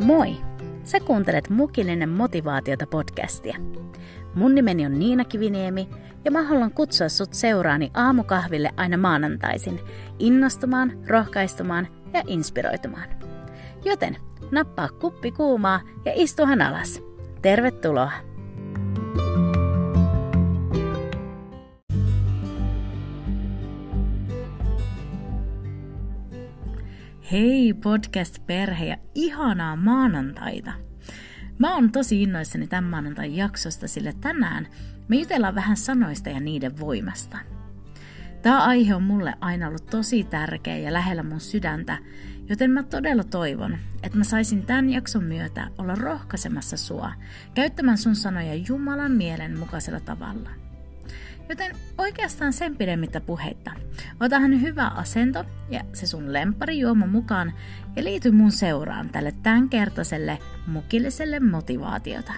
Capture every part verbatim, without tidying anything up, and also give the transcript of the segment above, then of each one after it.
Moi! Sä kuuntelet Mukillinen motivaatiota podcastia. Mun nimeni on Niina Kiviniemi ja mä haluan kutsua sut seuraani aamukahville aina maanantaisin innostumaan, rohkaistumaan ja inspiroitumaan. Joten nappaa kuppi kuumaa ja istuhan alas. Tervetuloa! Hei podcast-perhe ja ihanaa maanantaita! Mä oon tosi innoissani tämän maanantain jaksosta, sillä tänään me jutellaan vähän sanoista ja niiden voimasta. Tää aihe on mulle aina ollut tosi tärkeä ja lähellä mun sydäntä, joten mä todella toivon, että mä saisin tämän jakson myötä olla rohkaisemassa sua käyttämään sun sanoja Jumalan mielen mukaisella tavalla. Joten oikeastaan sen pidemmittä puheitta. Otahan hyvä asento ja se sun lempparijuoma mukaan ja liity mun seuraan tälle tämänkertaiselle mukilliselle motivaatiota.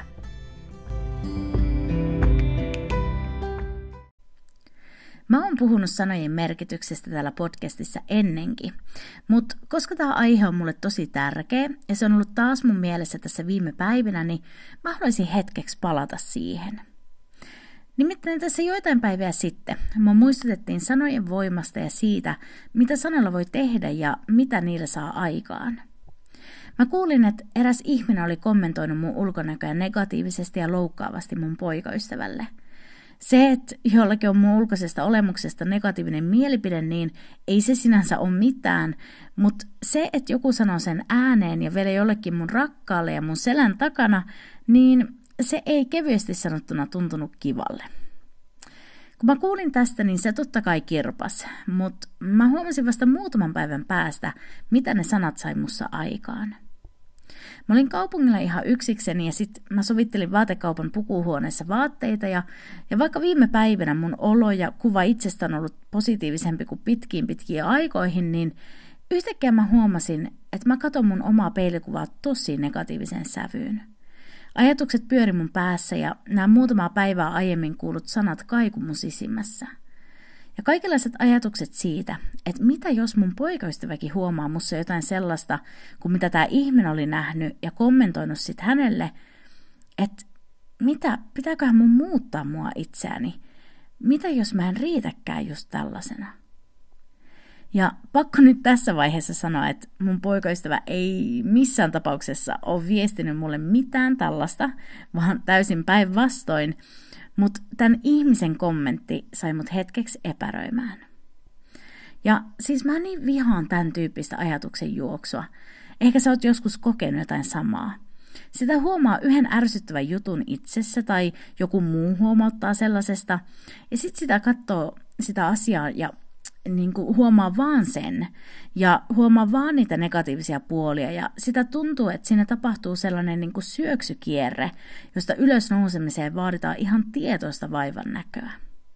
Mä oon puhunut sanojen merkityksestä täällä podcastissa ennenkin, mutta koska tää aihe on mulle tosi tärkeä ja se on ollut taas mun mielessä tässä viime päivinä, niin mä haluaisin hetkeksi palata siihen. Nimittäin tässä joitain päiviä sitten mua muistutettiin sanojen voimasta ja siitä, mitä sanoilla voi tehdä ja mitä niillä saa aikaan. Mä kuulin, että eräs ihminen oli kommentoinut mun ulkonäköä negatiivisesti ja loukkaavasti mun poikaystävälle. Se, että jollakin on mun ulkoisesta olemuksesta negatiivinen mielipide, niin ei se sinänsä ole mitään, mutta se, että joku sanoo sen ääneen ja vielä jollekin mun rakkaalle ja mun selän takana, niin se ei kevyesti sanottuna tuntunut kivalle. Kun mä kuulin tästä, niin se totta kai kirpas, mutta mä huomasin vasta muutaman päivän päästä, mitä ne sanat sai mussa aikaan. Mä olin kaupungilla ihan yksikseni ja sit mä sovittelin vaatekaupan pukuhuoneessa vaatteita ja, ja vaikka viime päivinä mun olo ja kuva itsestä on ollut positiivisempi kuin pitkiin pitkiin aikoihin, niin yhtäkkiä mä huomasin, että mä katon mun omaa peilikuvaa tosi negatiivisen sävyyn. Ajatukset pyöri mun päässä ja nämä muutamaa päivää aiemmin kuulut sanat kaiku mun sisimmässä. Ja kaikenlaiset ajatukset siitä, että mitä jos mun poikaystäväkin huomaa mussa jotain sellaista, kuin mitä tämä ihminen oli nähnyt ja kommentoinut sit hänelle, että mitä, pitääköhän mun muuttaa mua itseäni? Mitä jos mä en riitäkään just tällaisena? Ja pakko nyt tässä vaiheessa sanoa, että mun poikaystävä ei missään tapauksessa ole viestinyt mulle mitään tällaista, vaan täysin päinvastoin, mutta tämän ihmisen kommentti sai mut hetkeksi epäröimään. Ja siis mä niin vihaan tämän tyyppistä ajatuksen juoksua. Ehkä sä oot joskus kokenut jotain samaa. Sitä huomaa yhden ärsyttävän jutun itsessä tai joku muu huomauttaa sellaisesta. Ja sit sitä katsoo sitä asiaa ja niin kuin huomaa vaan sen ja huomaa vaan niitä negatiivisia puolia ja sitä tuntuu, että siinä tapahtuu sellainen niin kuin syöksykierre, josta ylös nousemiseen vaaditaan ihan tietoista vaivan näköä.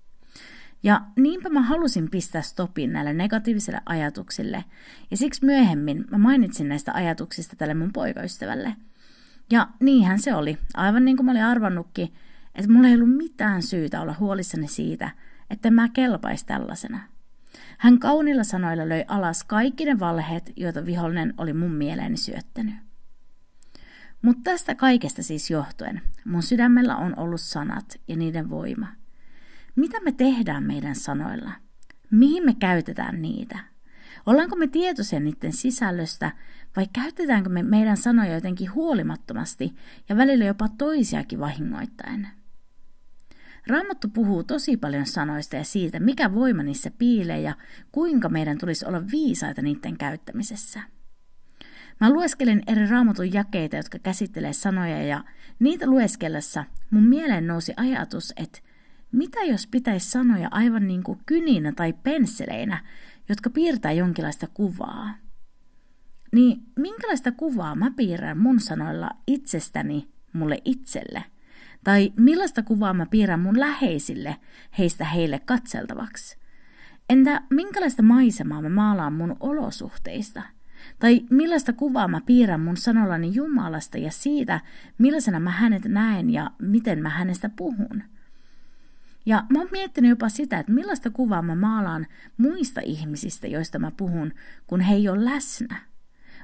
Ja niinpä mä halusin pistää stopin näille negatiivisille ajatuksille ja siksi myöhemmin mä mainitsin näistä ajatuksista tälle mun poikaystävälle. Ja niinhän se oli, aivan niin kuin mä olin arvannutkin, että mulla ei ollut mitään syytä olla huolissani siitä, että mä kelpaisi tällaisena. Hän kauniilla sanoilla löi alas kaikki ne valheet, joita vihollinen oli mun mieleeni syöttänyt. Mutta tästä kaikesta siis johtuen mun sydämellä on ollut sanat ja niiden voima. Mitä me tehdään meidän sanoilla? Mihin me käytetään niitä? Ollaanko me tietoisia niiden sisällöstä vai käytetäänkö me meidän sanoja jotenkin huolimattomasti ja välillä jopa toisiakin vahingoittaen? Raamattu puhuu tosi paljon sanoista ja siitä, mikä voima niissä piilee ja kuinka meidän tulisi olla viisaita niiden käyttämisessä. Mä lueskelin eri Raamatun jakeita, jotka käsittelee sanoja ja niitä lueskellessa mun mieleen nousi ajatus, että mitä jos pitäisi sanoja aivan niin kuin kyninä tai pensseleinä, jotka piirtää jonkinlaista kuvaa? Niin minkälaista kuvaa mä piirrän mun sanoilla itsestäni mulle itselle? Tai millaista kuvaa mä piirrän mun läheisille heistä heille katseltavaksi? Entä minkälaista maisemaa mä maalaan mun olosuhteista? Tai millaista kuvaa mä piirrän mun sanollani Jumalasta ja siitä, millaisena mä hänet näen ja miten mä hänestä puhun? Ja mä oon miettinyt jopa sitä, että millaista kuvaa mä maalaan muista ihmisistä, joista mä puhun, kun he ei ole läsnä.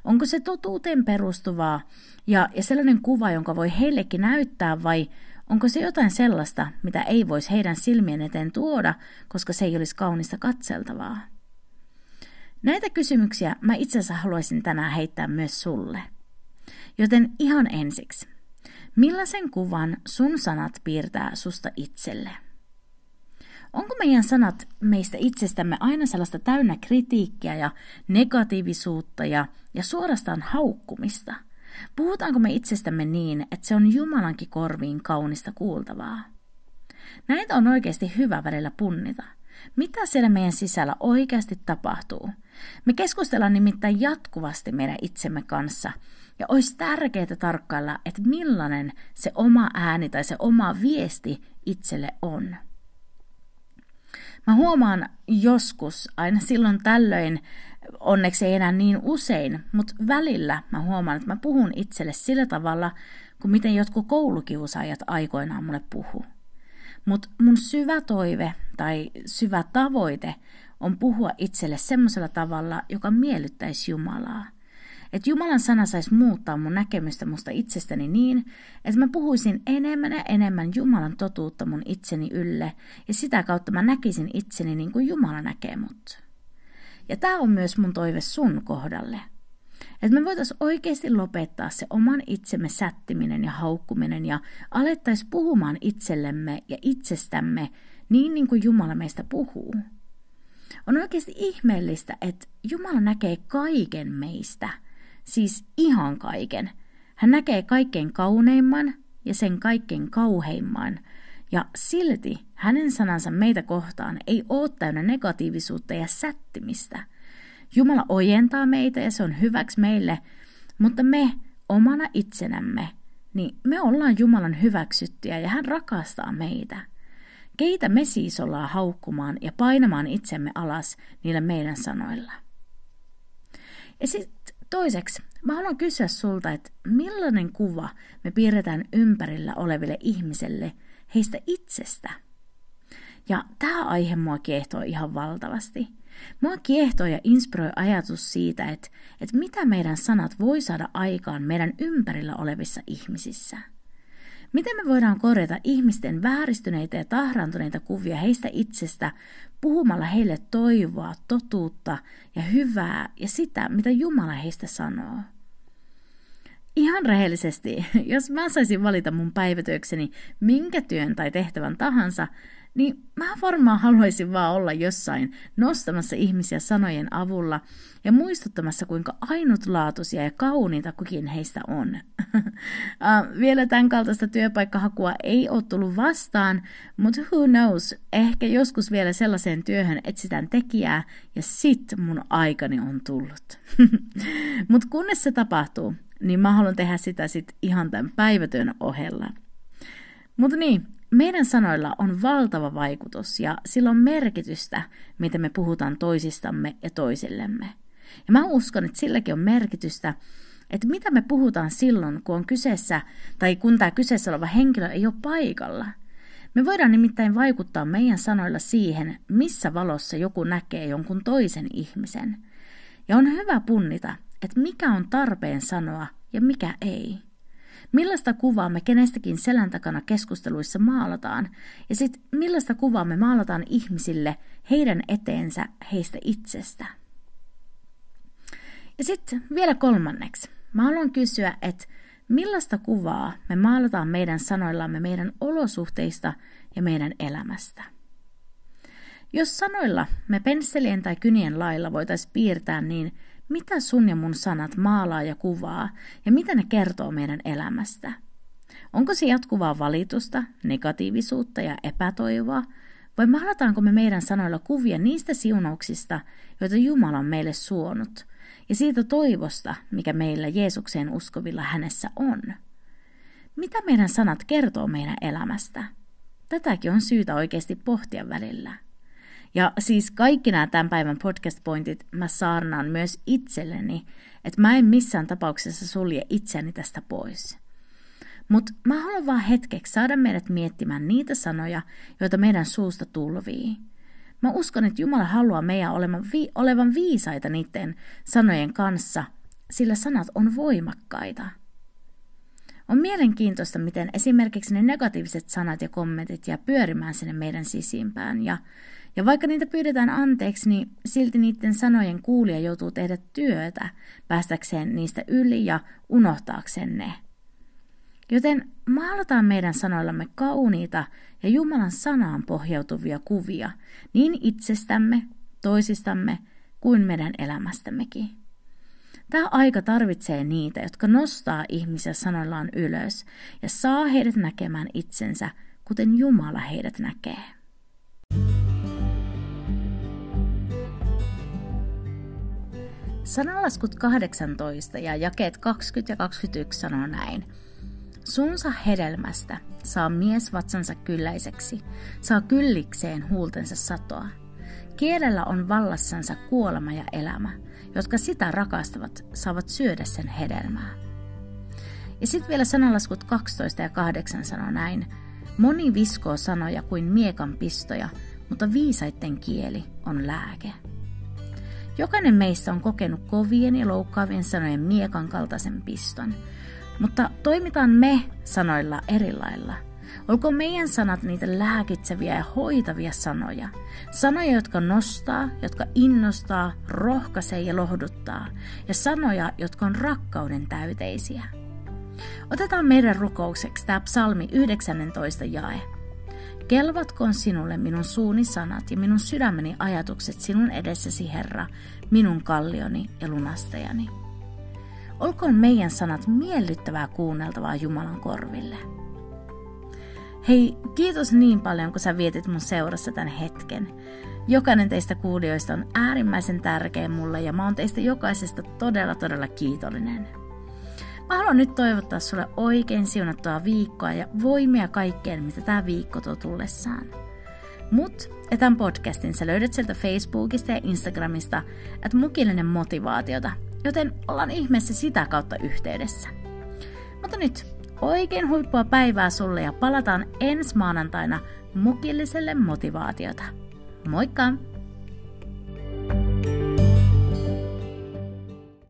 Onko se totuuteen perustuvaa ja, ja sellainen kuva, jonka voi heillekin näyttää, vai onko se jotain sellaista, mitä ei voisi heidän silmien eteen tuoda, koska se ei olisi kaunista katseltavaa? Näitä kysymyksiä mä itse asiassa haluaisin tänään heittää myös sulle. Joten ihan ensiksi, millaisen kuvan sun sanat piirtää susta itselle? Onko meidän sanat meistä itsestämme aina sellaista täynnä kritiikkiä ja negatiivisuutta ja, ja suorastaan haukkumista? Puhutaanko me itsestämme niin, että se on Jumalankin korviin kaunista kuultavaa? Näitä on oikeasti hyvä välillä punnita. Mitä siellä meidän sisällä oikeasti tapahtuu? Me keskustellaan nimittäin jatkuvasti meidän itsemme kanssa, ja olisi tärkeää tarkkailla, että millainen se oma ääni tai se oma viesti itselle on. Mä huomaan joskus, aina silloin tällöin, onneksi ei enää niin usein, mutta välillä mä huomaan, että mä puhun itselle sillä tavalla, kuin miten jotkut koulukiusaajat aikoinaan mulle puhuu. Mutta mun syvä toive tai syvä tavoite on puhua itselle semmoisella tavalla, joka miellyttäisi Jumalaa. Että Jumalan sana saisi muuttaa mun näkemystä musta itsestäni niin, että mä puhuisin enemmän ja enemmän Jumalan totuutta mun itseni ylle, ja sitä kautta mä näkisin itseni niin kuin Jumala näkee mut. Ja tää on myös mun toive sun kohdalle. Että me voitaisiin oikeasti lopettaa se oman itsemme sättiminen ja haukkuminen ja alettaisiin puhumaan itsellemme ja itsestämme niin, niin kuin Jumala meistä puhuu. On oikeasti ihmeellistä, että Jumala näkee kaiken meistä, siis ihan kaiken. Hän näkee kaikkein kauneimman ja sen kaikkein kauheimman, ja silti hänen sanansa meitä kohtaan ei ole täynnä negatiivisuutta ja sättimistä. Jumala ojentaa meitä ja se on hyväksi meille, mutta me omana itsenämme, niin me ollaan Jumalan hyväksyttyjä ja hän rakastaa meitä. Keitä me siis ollaan haukkumaan ja painamaan itsemme alas niillä meidän sanoilla? Ja sitten toiseksi, mä haluan kysyä sulta, että millainen kuva me piirretään ympärillä oleville ihmisille heistä itsestä? Ja tämä aihe mua kiehtoo ihan valtavasti. Mua kiehtoo ja inspiroi ajatus siitä, että, että mitä meidän sanat voi saada aikaan meidän ympärillä olevissa ihmisissä. Miten me voidaan korjata ihmisten vääristyneitä ja tahrantuneita kuvia heistä itsestä puhumalla heille toivoa, totuutta ja hyvää ja sitä, mitä Jumala heistä sanoo? Ihan rehellisesti, jos mä saisin valita mun päivätyökseni minkä työn tai tehtävän tahansa, niin mä varmaan haluaisin vaan olla jossain nostamassa ihmisiä sanojen avulla ja muistuttamassa, kuinka ainutlaatuisia ja kauniita kukin heistä on. Vielä tämän kaltaista työpaikkahakua ei ole tullut vastaan, mutta who knows, ehkä joskus vielä sellaiseen työhön etsitään tekijää ja sit mun aikani on tullut. Mutta kunnes se tapahtuu, niin mä haluan tehdä sitä sit ihan tämän päivätyön ohella. Mutta niin, meidän sanoilla on valtava vaikutus ja sillä on merkitystä, miten me puhutaan toisistamme ja toisillemme. Ja mä uskon, että silläkin on merkitystä, että mitä me puhutaan silloin, kun on kyseessä, tai kun tämä kyseessä oleva henkilö ei ole paikalla. Me voidaan nimittäin vaikuttaa meidän sanoilla siihen, missä valossa joku näkee jonkun toisen ihmisen. Ja on hyvä punnita, että mikä on tarpeen sanoa ja mikä ei. Millaista kuvaa me kenestäkin selän takana keskusteluissa maalataan, ja sitten millaista kuvaa me maalataan ihmisille heidän eteensä heistä itsestä. Ja sitten vielä kolmanneksi, mä haluan kysyä, että millaista kuvaa me maalataan meidän sanoillamme meidän olosuhteista ja meidän elämästä. Jos sanoilla me pensselien tai kynien lailla voitaisiin piirtää, niin mitä sun ja mun sanat maalaa ja kuvaa, ja mitä ne kertoo meidän elämästä? Onko se jatkuvaa valitusta, negatiivisuutta ja epätoivoa, vai maalataanko me meidän sanoilla kuvia niistä siunauksista, joita Jumala on meille suonut, ja siitä toivosta, mikä meillä Jeesukseen uskovilla hänessä on? Mitä meidän sanat kertoo meidän elämästä? Tätäkin on syytä oikeasti pohtia välillä. Ja siis kaikki nämä tämän päivän podcast-pointit mä saarnaan myös itselleni, että mä en missään tapauksessa sulje itseäni tästä pois. Mutta mä haluan vaan hetkeksi saada meidät miettimään niitä sanoja, joita meidän suusta tulvii. Mä uskon, että Jumala haluaa meidän olevan, vi- olevan viisaita niiden sanojen kanssa, sillä sanat on voimakkaita. On mielenkiintoista, miten esimerkiksi ne negatiiviset sanat ja kommentit jää pyörimään sinne meidän sisimpään. Ja, ja vaikka niitä pyydetään anteeksi, niin silti niiden sanojen kuulija joutuu tehdä työtä päästäkseen niistä yli ja unohtaakseen ne. Joten maalataan meidän sanoillamme kauniita ja Jumalan sanaan pohjautuvia kuvia niin itsestämme, toisistamme kuin meidän elämästämmekin. Tämä aika tarvitsee niitä, jotka nostaa ihmisiä sanoillaan ylös ja saa heidät näkemään itsensä, kuten Jumala heidät näkee. Sananlaskut kahdeksantoista ja jakeet kaksikymmentä ja kaksikymmentäyksi sanoo näin. Suunsa hedelmästä saa mies vatsansa kylläiseksi, saa kyllikseen huultensa satoa. Kielellä on vallassansa kuolema ja elämä, jotka sitä rakastavat, saavat syödä sen hedelmää. Ja sitten vielä sananlaskut kaksitoista ja kahdeksan sanoo näin. Moni viskoo sanoja kuin miekan pistoja, mutta viisaitten kieli on lääke. Jokainen meistä on kokenut kovien ja loukkaavien sanojen miekan kaltaisen piston, mutta toimitaan me sanoilla eri lailla. Olkoon meidän sanat niitä lääkitseviä ja hoitavia sanoja. Sanoja, jotka nostaa, jotka innostaa, rohkaisee ja lohduttaa. Ja sanoja, jotka on rakkauden täyteisiä. Otetaan meidän rukoukseksi tämä psalmi yhdeksäntoista jae. Kelvatkoon sinulle minun suuni sanat ja minun sydämeni ajatukset sinun edessäsi, Herra, minun kallioni ja lunastajani. Olkoon meidän sanat miellyttävää kuunneltavaa Jumalan korville. Hei, kiitos niin paljon, kun sä vietit mun seurassa tämän hetken. Jokainen teistä kuulijoista on äärimmäisen tärkeä mulle ja mä oon teistä jokaisesta todella, todella kiitollinen. Mä haluan nyt toivottaa sulle oikein siunattua viikkoa ja voimia kaikkeen, mitä tää viikko tuo tullessaan. Mut ja tämän podcastin sä löydät sieltä Facebookista ja Instagramista, että Mukillinen motivaatiota, joten ollaan ihmeessä sitä kautta yhteydessä. Mutta nyt oikein huippua päivää sulle ja palataan ensi maanantaina Mukilliselle motivaatiota. Moikka!